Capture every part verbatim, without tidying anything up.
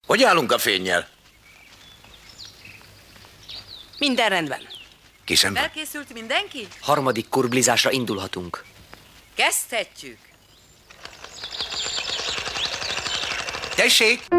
Hogy állunk a fénnyel? Minden rendben. Készen van? Elkészült mindenki? Harmadik kurblizásra indulhatunk. Kezdhetjük. Tessék!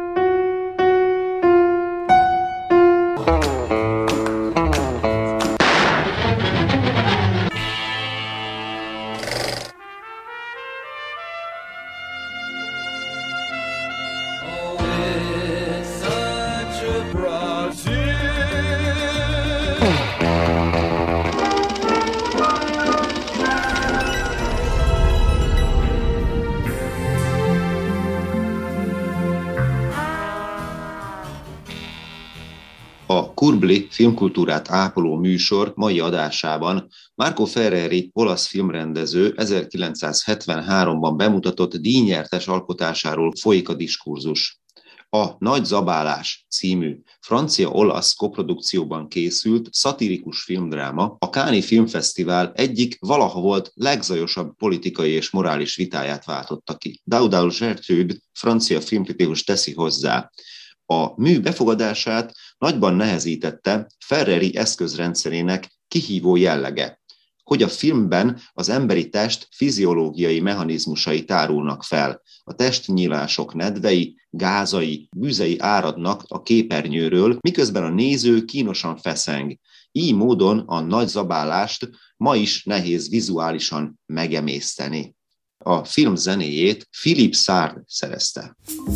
A Kurbli filmkultúrát ápoló műsor mai adásában Marco Ferreri olasz filmrendező ezerkilencszázhetvenháromban bemutatott díjnyertes alkotásáról folyik a diskurzus. A Nagy zabálás című francia-olasz koprodukcióban készült szatirikus filmdráma a Cannes-i Filmfesztivál egyik valaha volt legzajosabb politikai és morális vitáját váltotta ki. Daudal Gertrude, francia filmkritikus teszi hozzá: a mű befogadását nagyban nehezítette Ferreri eszközrendszerének kihívó jellege, hogy a filmben az emberi test fiziológiai mechanizmusai tárulnak fel. A testnyílások nedvei, gázai, bűzei áradnak a képernyőről, miközben a néző kínosan feszeng. Így módon a nagy zabálást ma is nehéz vizuálisan megemészteni. A film zenéjét Philippe Sard szerezte.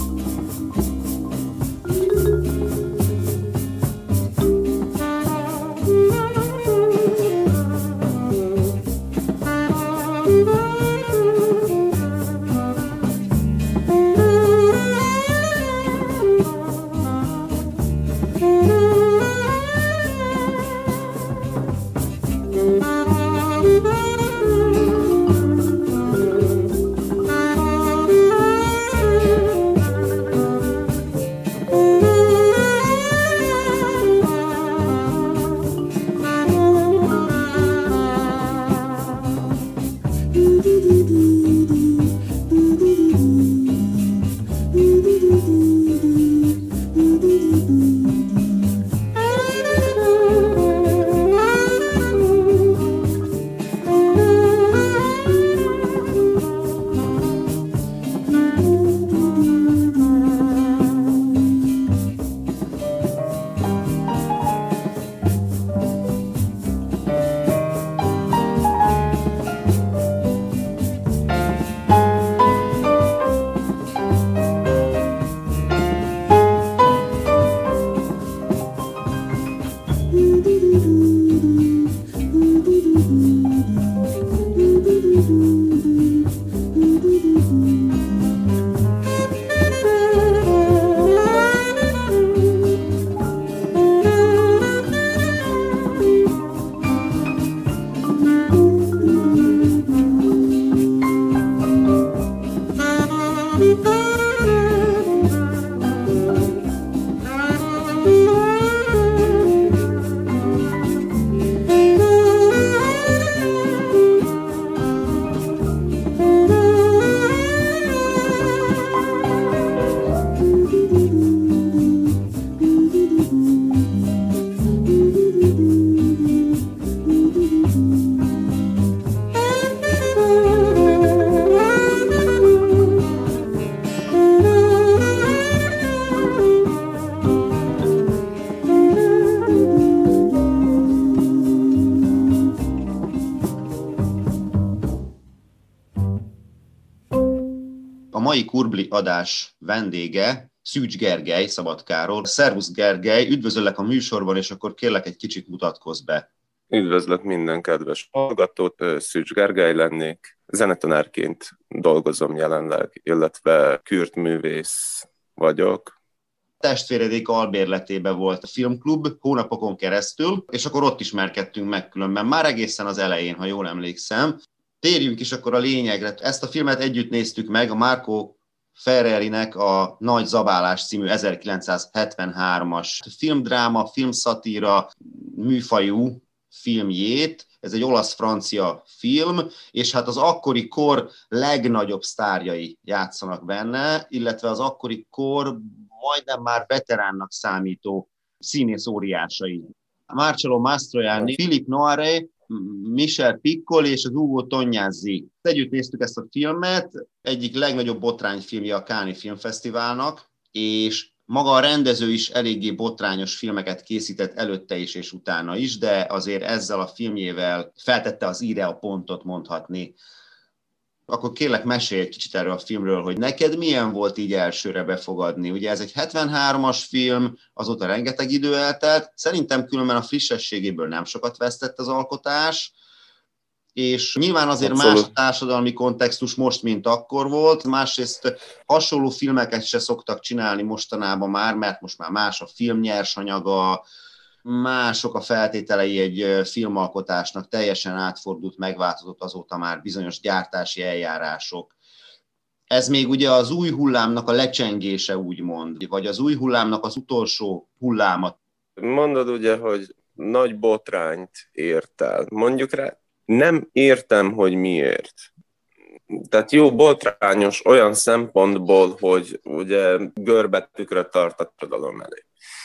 A mai Kurbli adás vendége Szűcs Gergely Szabadkáról. Szervusz Gergely, üdvözöllek a műsorban, és akkor kérlek egy kicsit mutatkozz be. Üdvözlök minden kedves hallgatót, Szűcs Gergely lennék. Zenetanárként dolgozom jelenleg, illetve kürtművész vagyok. Testvéredék albérletében volt a filmklub hónapokon keresztül, és akkor ott ismerkedtünk meg különben, már egészen az elején, ha jól emlékszem. Térjünk is akkor a lényegre. Ezt a filmet együtt néztük meg, a Marco Ferrerinek a Nagy zabálás című ezerkilencszázhetvenhármas filmdráma, filmszatíra műfajú filmjét. Ez egy olasz-francia film, és hát az akkori kor legnagyobb sztárjai játszanak benne, illetve az akkori kor majdnem már veteránnak számító színész óriásai. Marcello Mastroianni, Philippe Noiret, Michel Piccoli és az Ugo Tognazzi. Együtt néztük ezt a filmet, egyik legnagyobb botrányfilmje a Cannes-i Filmfesztiválnak, és maga a rendező is eléggé botrányos filmeket készített előtte is és utána is, de azért ezzel a filmjével feltette az íre a pontot, mondhatni. Akkor kérlek, mesélj egy kicsit erről a filmről, hogy neked milyen volt így elsőre befogadni. Ugye ez egy hetvenhármas film, azóta rengeteg idő eltelt, szerintem különben a frissességéből nem sokat vesztett az alkotás, és nyilván azért Abszolút. Más társadalmi kontextus most, mint akkor volt, másrészt hasonló filmeket se szoktak csinálni mostanában már, mert most már más a film nyersanyaga, mások a feltételei egy filmalkotásnak, teljesen átfordult, megváltozott azóta már bizonyos gyártási eljárások. Ez még ugye az új hullámnak a lecsengése, úgymond, vagy az új hullámnak az utolsó hulláma. Mondod ugye, hogy nagy botrányt ért el. Mondjuk rá, nem értem, hogy miért. Tehát jó botrányos olyan szempontból, hogy ugye görbe tükröt tart a társadalom elé.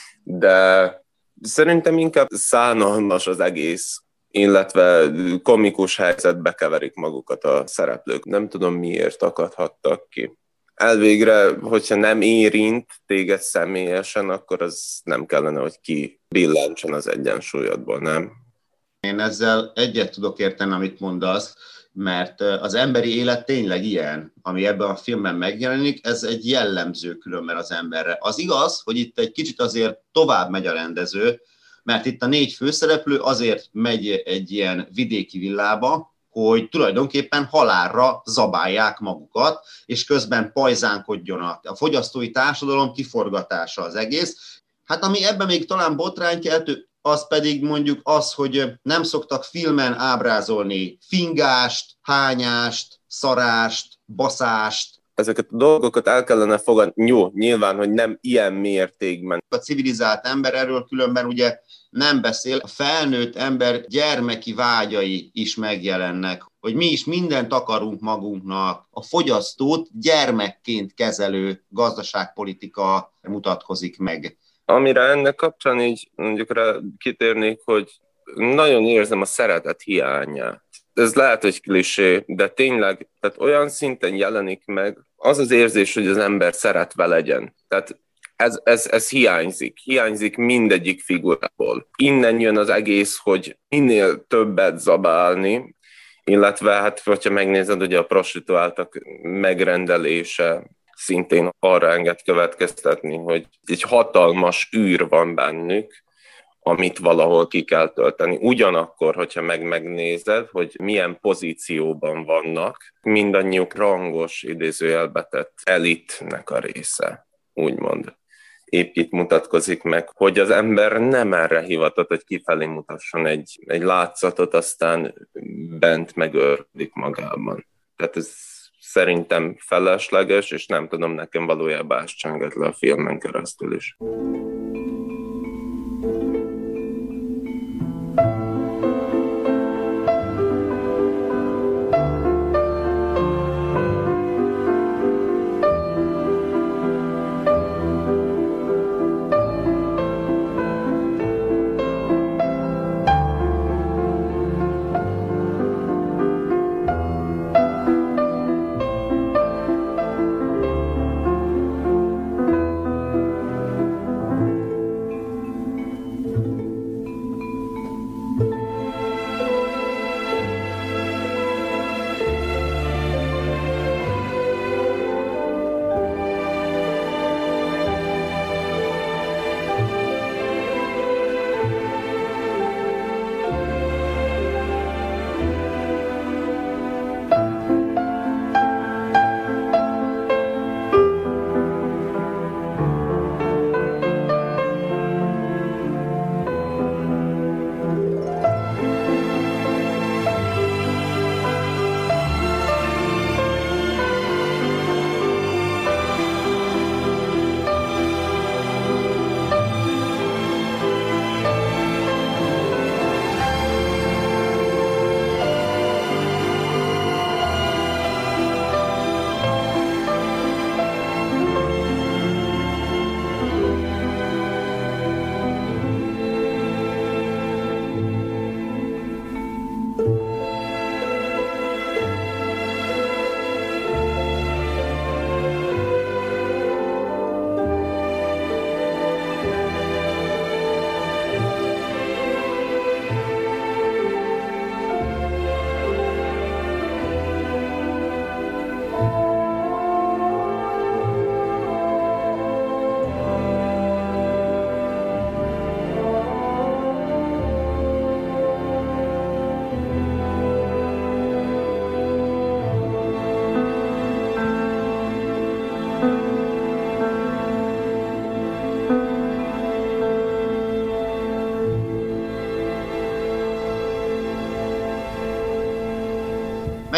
De szerintem inkább szánalmas az egész, illetve komikus helyzetbe keverik magukat a szereplők. Nem tudom, miért akadhattak ki. Elvégre, hogyha nem érint téged személyesen, akkor az nem kellene, hogy ki billentsen az egyensúlyodból, nem? Én ezzel egyet tudok érteni, amit mondasz, mert az emberi élet tényleg ilyen, ami ebben a filmben megjelenik, ez egy jellemző különben az emberre. Az igaz, hogy itt egy kicsit azért tovább megy a rendező, mert itt a négy főszereplő azért megy egy ilyen vidéki villába, hogy tulajdonképpen halálra zabálják magukat, és közben pajzánkodjonak. A fogyasztói társadalom kiforgatása az egész. Hát ami ebben még talán botránykeltő, az pedig mondjuk az, hogy nem szoktak filmen ábrázolni fingást, hányást, szarást, baszást. Ezeket a dolgokat el kellene fogadni. Jó, nyilván, hogy nem ilyen mértékben. A civilizált ember erről különben ugye nem beszél. A felnőtt ember gyermeki vágyai is megjelennek, hogy mi is mindent akarunk magunknak. A fogyasztót gyermekként kezelő gazdaságpolitika mutatkozik meg. Amire ennek kapcsán így mondjuk rá kitérnék, hogy nagyon érzem a szeretet hiányát. Ez lehet, hogy klisé, de tényleg tehát olyan szinten jelenik meg az az érzés, hogy az ember szeretve legyen. Tehát ez, ez, ez hiányzik. Hiányzik mindegyik figurából. Innen jön az egész, hogy minél többet zabálni, illetve hát, hogyha megnézed, ugye a prostituáltak megrendelése szintén arra enged következtetni, hogy egy hatalmas űr van bennük, amit valahol ki kell tölteni. Ugyanakkor, hogyha meg megnézed, hogy milyen pozícióban vannak, mindannyiuk rangos, idézőjelbe tett elitnek a része, úgymond. Épp itt mutatkozik meg, hogy az ember nem erre hivatott, hogy kifelé mutasson egy, egy látszatot, aztán bent megőrdik magában. Tehát ez szerintem felesleges, és nem tudom, nekem valójában áscsengett le a filmen keresztül is.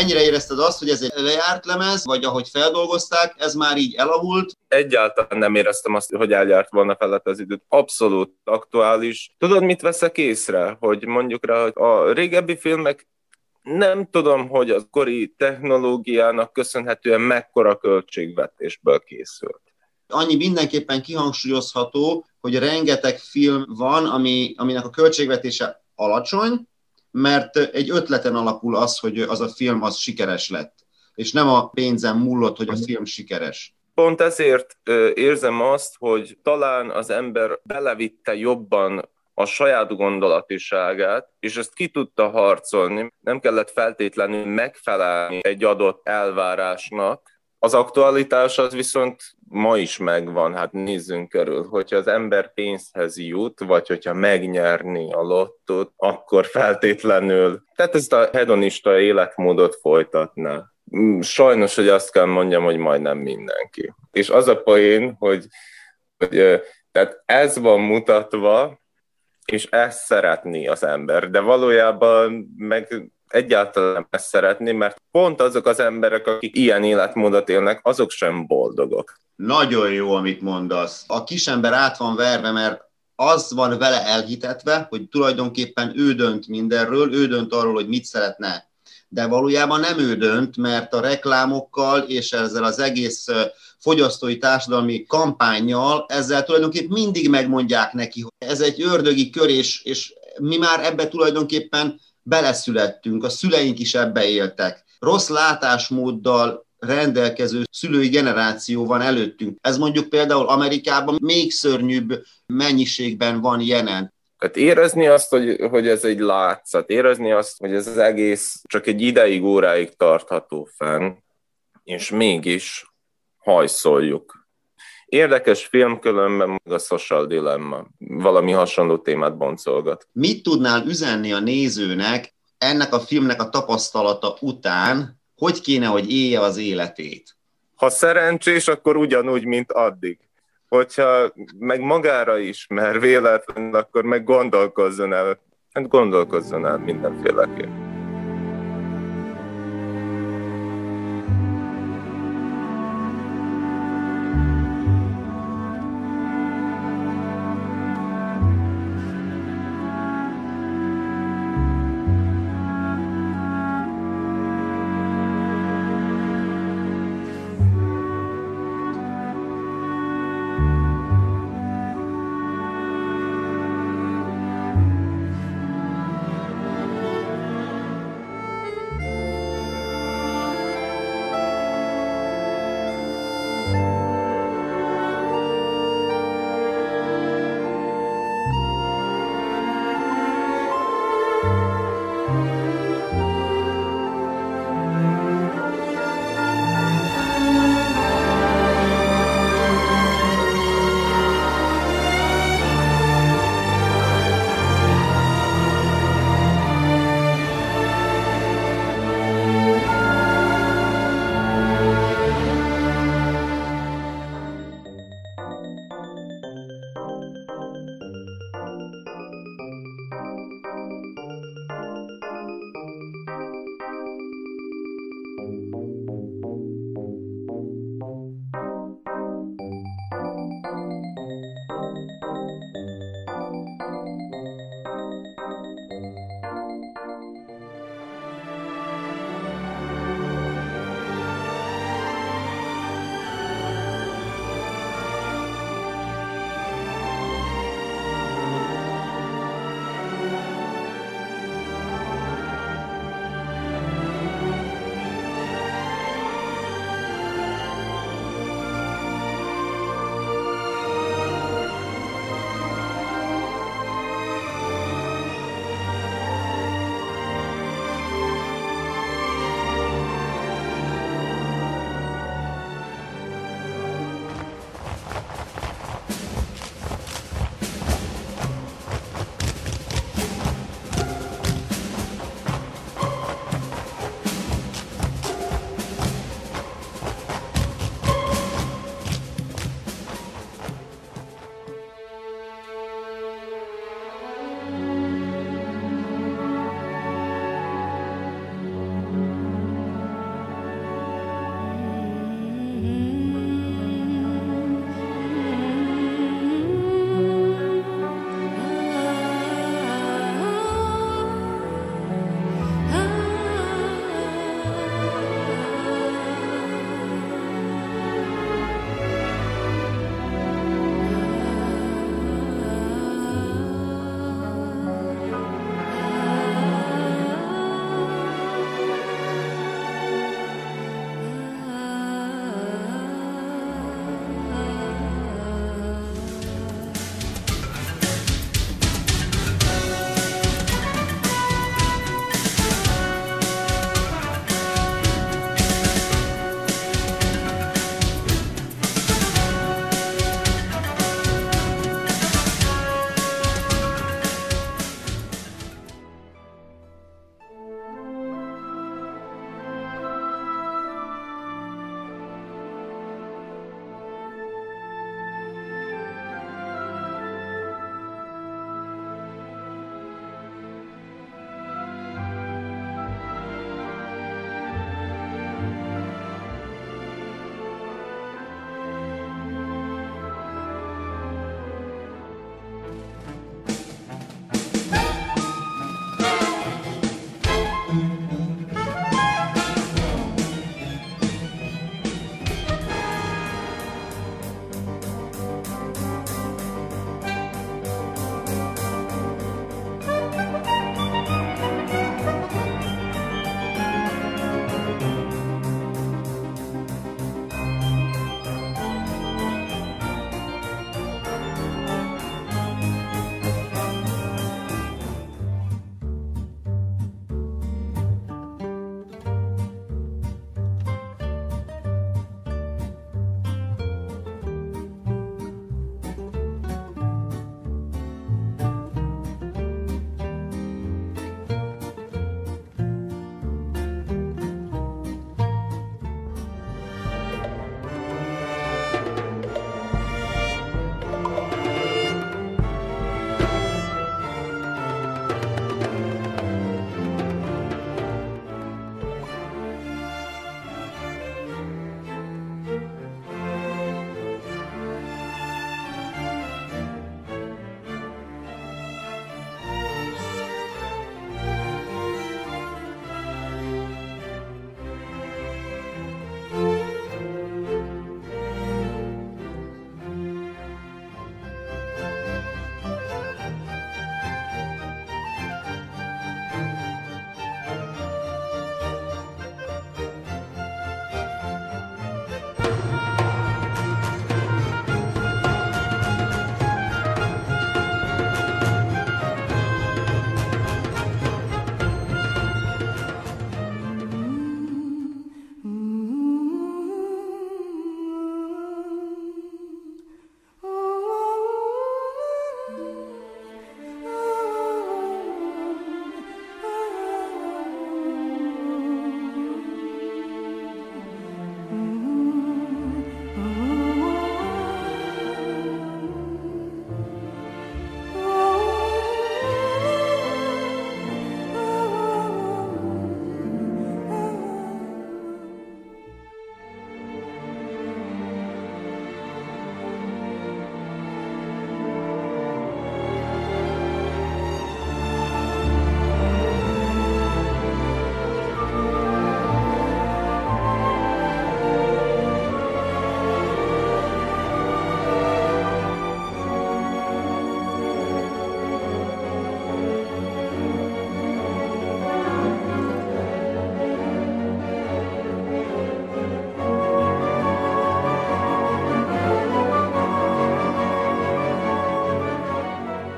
mennyire érezted azt, hogy ez egy lejárt lemez, vagy ahogy feldolgozták, ez már így elavult? Egyáltalán nem éreztem azt, hogy eljárt volna felett az időt. Abszolút aktuális. Tudod, mit veszek észre? Hogy mondjuk rá, hogy a régebbi filmek nem tudom, hogy az kori technológiának köszönhetően mekkora költségvetésből készült. Annyi mindenképpen kihangsúlyozható, hogy rengeteg film van, ami, aminek a költségvetése alacsony, mert egy ötleten alapul az, hogy az a film az sikeres lett, és nem a pénzen múlott, hogy a film sikeres. Pont ezért érzem azt, hogy talán az ember belevitte jobban a saját gondolatiságát, és ezt ki tudta harcolni. Nem kellett feltétlenül megfelelni egy adott elvárásnak. Az aktualitás az viszont ma is megvan, hát nézzünk körül, hogyha az ember pénzhez jut, vagy hogyha megnyerni a lottót, akkor feltétlenül, tehát ezt a hedonista életmódot folytatná. Sajnos, hogy azt kell mondjam, hogy majdnem mindenki. És az a poén, hogy, hogy tehát ez van mutatva, és ezt szeretné az ember, de valójában meg egyáltalán nem ezt szeretné, mert pont azok az emberek, akik ilyen életmódot élnek, azok sem boldogok. Nagyon jó, amit mondasz. A kisember át van verve, mert az van vele elhitetve, hogy tulajdonképpen ő dönt mindenről, ő dönt arról, hogy mit szeretne. De valójában nem ő dönt, mert a reklámokkal és ezzel az egész fogyasztói társadalmi kampánnyal ezzel tulajdonképpen mindig megmondják neki, hogy ez egy ördögi kör, és, és mi már ebbe tulajdonképpen beleszülettünk, a szüleink is ebbe éltek. Rossz látásmóddal rendelkező szülői generáció van előttünk. Ez mondjuk például Amerikában még szörnyűbb mennyiségben van jelen. Tehát érezni azt, hogy, hogy ez egy látszat, érezni azt, hogy ez az egész csak egy ideig, óráig tartható fenn, és mégis hajszoljuk. Érdekes film, különben meg a Social Dilemma. Valami hasonló témát boncolgat. Mit tudnál üzenni a nézőnek ennek a filmnek a tapasztalata után, hogy kéne, hogy élje az életét? Ha szerencsés, akkor ugyanúgy, mint addig. Hogyha meg magára ismer véletlenül, akkor meg gondolkozzon el. Hát gondolkozzon el mindenféleképp.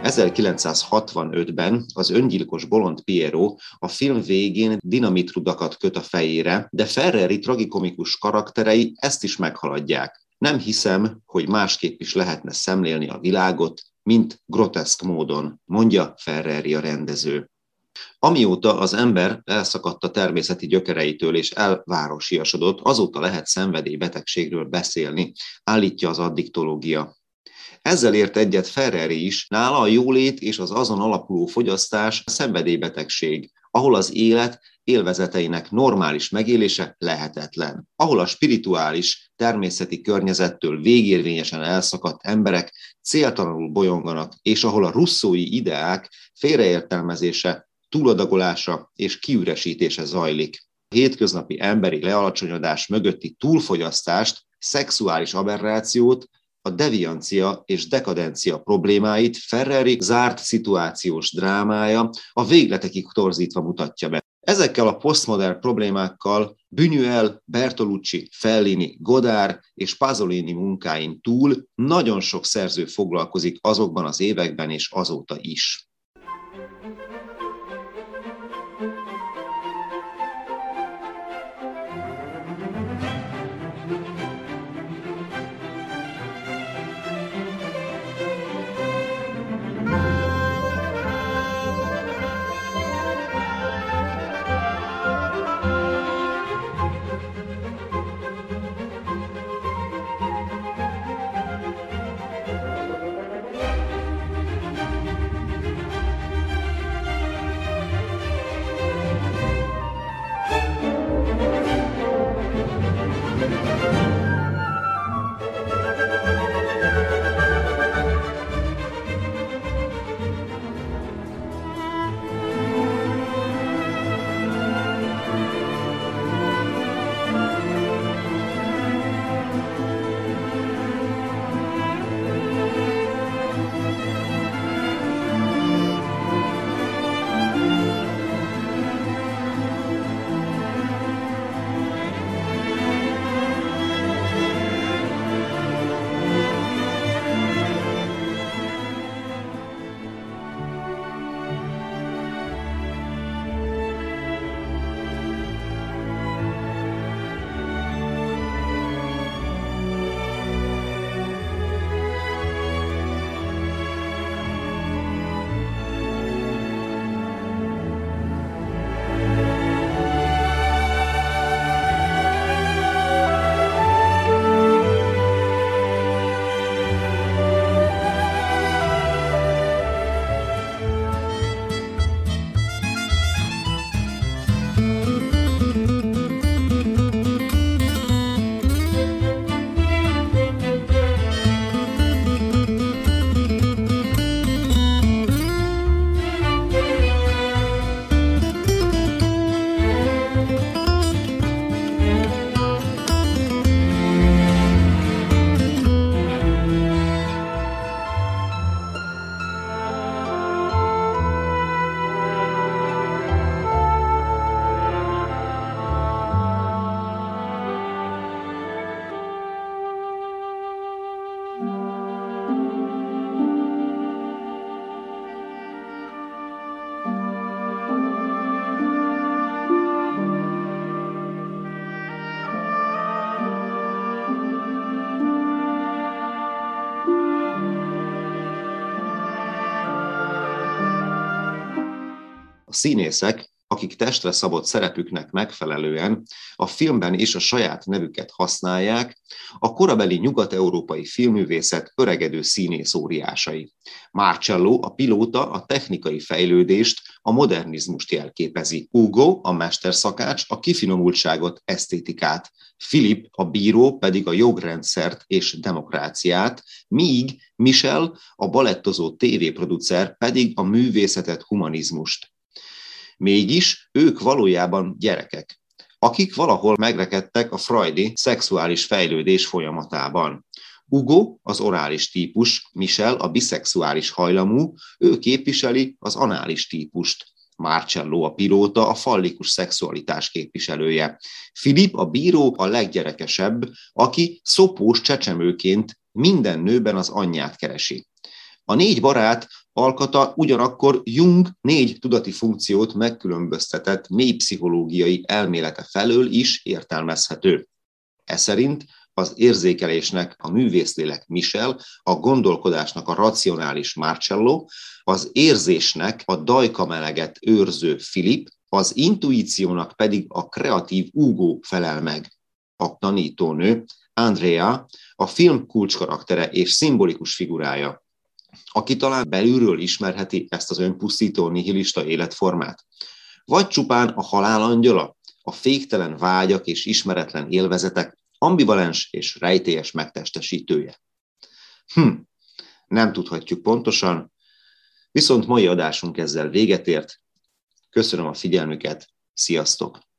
ezerkilencszázhatvanötben az öngyilkos bolond Piero a film végén dinamitrudakat köt a fejére, de Ferreri tragikomikus karakterei ezt is meghaladják. Nem hiszem, hogy másképp is lehetne szemlélni a világot, mint groteszk módon, mondja Ferreri a rendező. Amióta az ember elszakadt a természeti gyökereitől és elvárosiasodott, azóta lehet szenvedélybetegségről beszélni, állítja az addiktológia. Ezzel ért egyet Ferreri is, nála a jólét és az azon alapuló fogyasztás a szenvedélybetegség, ahol az élet élvezeteinek normális megélése lehetetlen, ahol a spirituális, természeti környezettől végérvényesen elszakadt emberek céltalanul bolyonganak, és ahol a russzói ideák félreértelmezése, túladagolása és kiüresítése zajlik. A hétköznapi emberi lealacsonyodás mögötti túlfogyasztást, szexuális aberrációt, a deviancia és dekadencia problémáit Ferreri zárt szituációs drámája a végletekig torzítva mutatja be. Ezekkel a posztmodern problémákkal Buñuel, Bertolucci, Fellini, Godard és Pasolini munkáin túl nagyon sok szerző foglalkozik azokban az években és azóta is. Színészek, akik testre szabott szerepüknek megfelelően a filmben is a saját nevüket használják, a korabeli nyugat-európai filmművészet öregedő színészóriásai. Marcello, a pilóta, a technikai fejlődést, a modernizmust jelképezi. Ugo, a mesterszakács, a kifinomultságot, esztétikát. Philip, a bíró pedig a jogrendszert és demokráciát, míg Michel, a balettozó tévéproducer pedig a művészetet, humanizmust. Mégis ők valójában gyerekek, akik valahol megrekedtek a freudi szexuális fejlődés folyamatában. Ugo az orális típus, Michel a biszexuális hajlamú, ő képviseli az anális típust. Marcello a pilóta a fallikus szexualitás képviselője. Philip a bíró a leggyerekesebb, aki szopós csecsemőként minden nőben az anyját keresi. A négy barát alkata ugyanakkor Jung négy tudati funkciót megkülönböztetett mélypszichológiai elmélete felől is értelmezhető. E szerint az érzékelésnek a művészlélek Michel, a gondolkodásnak a racionális Marcello, az érzésnek a dajkameleget őrző Philip, az intuíciónak pedig a kreatív Hugo felel meg. A tanítónő, Andrea, a film kulcskaraktere és szimbolikus figurája, aki talán belülről ismerheti ezt az önpusztító nihilista életformát. Vagy csupán a halál angyala, a féktelen vágyak és ismeretlen élvezetek ambivalens és rejtélyes megtestesítője. Hm, nem tudhatjuk pontosan, viszont mai adásunk ezzel véget ért. Köszönöm a figyelmüket, sziasztok!